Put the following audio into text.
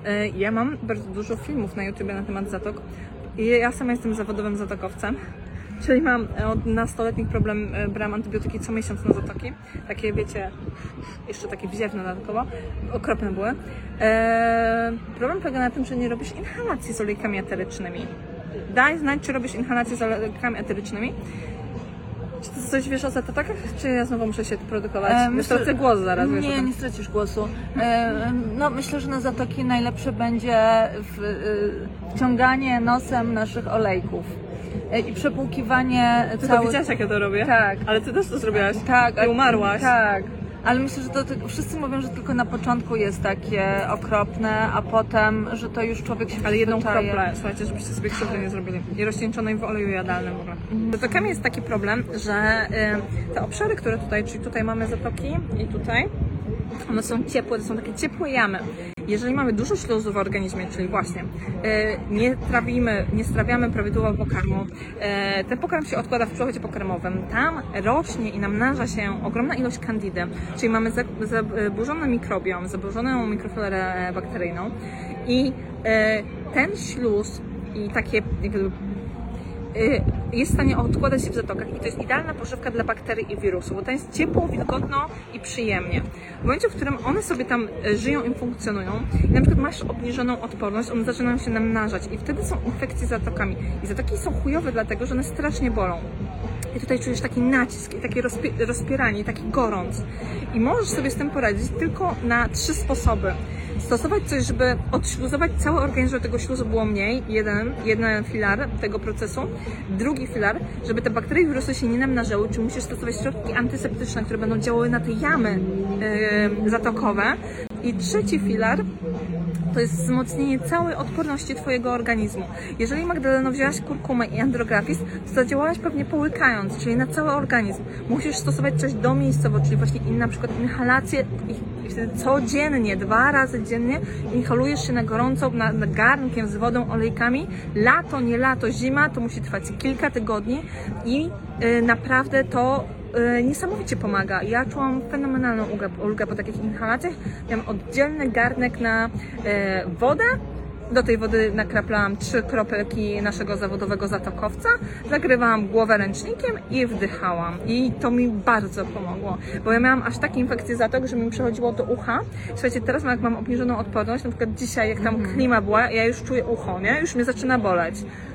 Ja mam bardzo dużo filmów na YouTubie na temat zatok i ja sama jestem zawodowym zatokowcem. Czyli mam od nastoletnich problem, brałam antybiotyki co miesiąc na zatoki. Takie, wiecie, jeszcze takie wziewne dodatkowo. Okropne były. Problem polega na tym, że nie robisz inhalacji z olejkami eterycznymi. Daj znać, czy robisz inhalację z olejkami eterycznymi. Czy ty coś wiesz o zatokach? Czy ja znowu muszę się produkować? Stracę głos zaraz. Nie, nie stracisz głosu. No, myślę, że na zatoki najlepsze będzie wciąganie nosem naszych olejków. I przepłukiwanie Ty widziałaś, jak ja to robię? Tak. Ale ty też to zrobiłaś? Tak. I umarłaś? Tak. Ale myślę, że wszyscy mówią, że tylko na początku jest takie okropne, a potem, że to już człowiek się Ale jedną przyzwyczaja. kroplę, słuchajcie, żebyście sobie krzywdy nie zrobili. I rozcieńczonej w oleju jadalnym w ogóle. Z zatokami jest taki problem, że te obszary, które tutaj, czyli tutaj mamy zatoki i tutaj, one są ciepłe, to są takie ciepłe jamy. Jeżeli mamy dużo śluzu w organizmie, czyli właśnie nie strawiamy prawidłowo pokarmu, ten pokarm się odkłada w przewodzie pokarmowym, tam rośnie i namnaża się ogromna ilość kandidy, czyli mamy zaburzony mikrobiom, zaburzoną mikroflorę bakteryjną i ten śluz i takie jakby jest w stanie odkładać się w zatokach i to jest idealna pożywka dla bakterii i wirusów, bo to jest ciepło, wilgotno i przyjemnie. W momencie, w którym one sobie tam żyją i funkcjonują i na przykład masz obniżoną odporność, one zaczynają się namnażać i wtedy są infekcje z zatokami. I zatoki są chujowe dlatego, że one strasznie bolą. I tutaj czujesz taki nacisk i takie rozpieranie, taki gorąc. I możesz sobie z tym poradzić tylko na 3 sposoby. Stosować coś, żeby odśluzować cały organizm, żeby tego śluzu było mniej, jeden filar tego procesu. Drugi filar, żeby te bakterie i wirusy się nie namnażały, czyli musisz stosować środki antyseptyczne, które będą działały na te jamy zatokowe. I trzeci filar to jest wzmocnienie całej odporności Twojego organizmu. Jeżeli, Magdaleno, wzięłaś kurkumę i andrografis, to zadziałałaś pewnie połykając, czyli na cały organizm. Musisz stosować coś domiejscowo, czyli właśnie na przykład inhalację i wtedy codziennie, 2 razy dziennie inhalujesz się na gorąco, nad garnkiem z wodą, olejkami. Lato, nie lato, zima, to musi trwać kilka tygodni i naprawdę to niesamowicie pomaga. Ja czułam fenomenalną ulgę po takich inhalacjach. Miałam oddzielny garnek na wodę. Do tej wody nakraplałam 3 kropelki naszego zawodowego zatokowca, zagrywałam głowę ręcznikiem i wdychałam. I to mi bardzo pomogło, bo ja miałam aż takie infekcje zatok, że mi przechodziło do ucha. Słuchajcie, teraz jak mam obniżoną odporność, na przykład dzisiaj, jak tam klima była, ja już czuję ucho, nie? Już mnie zaczyna boleć.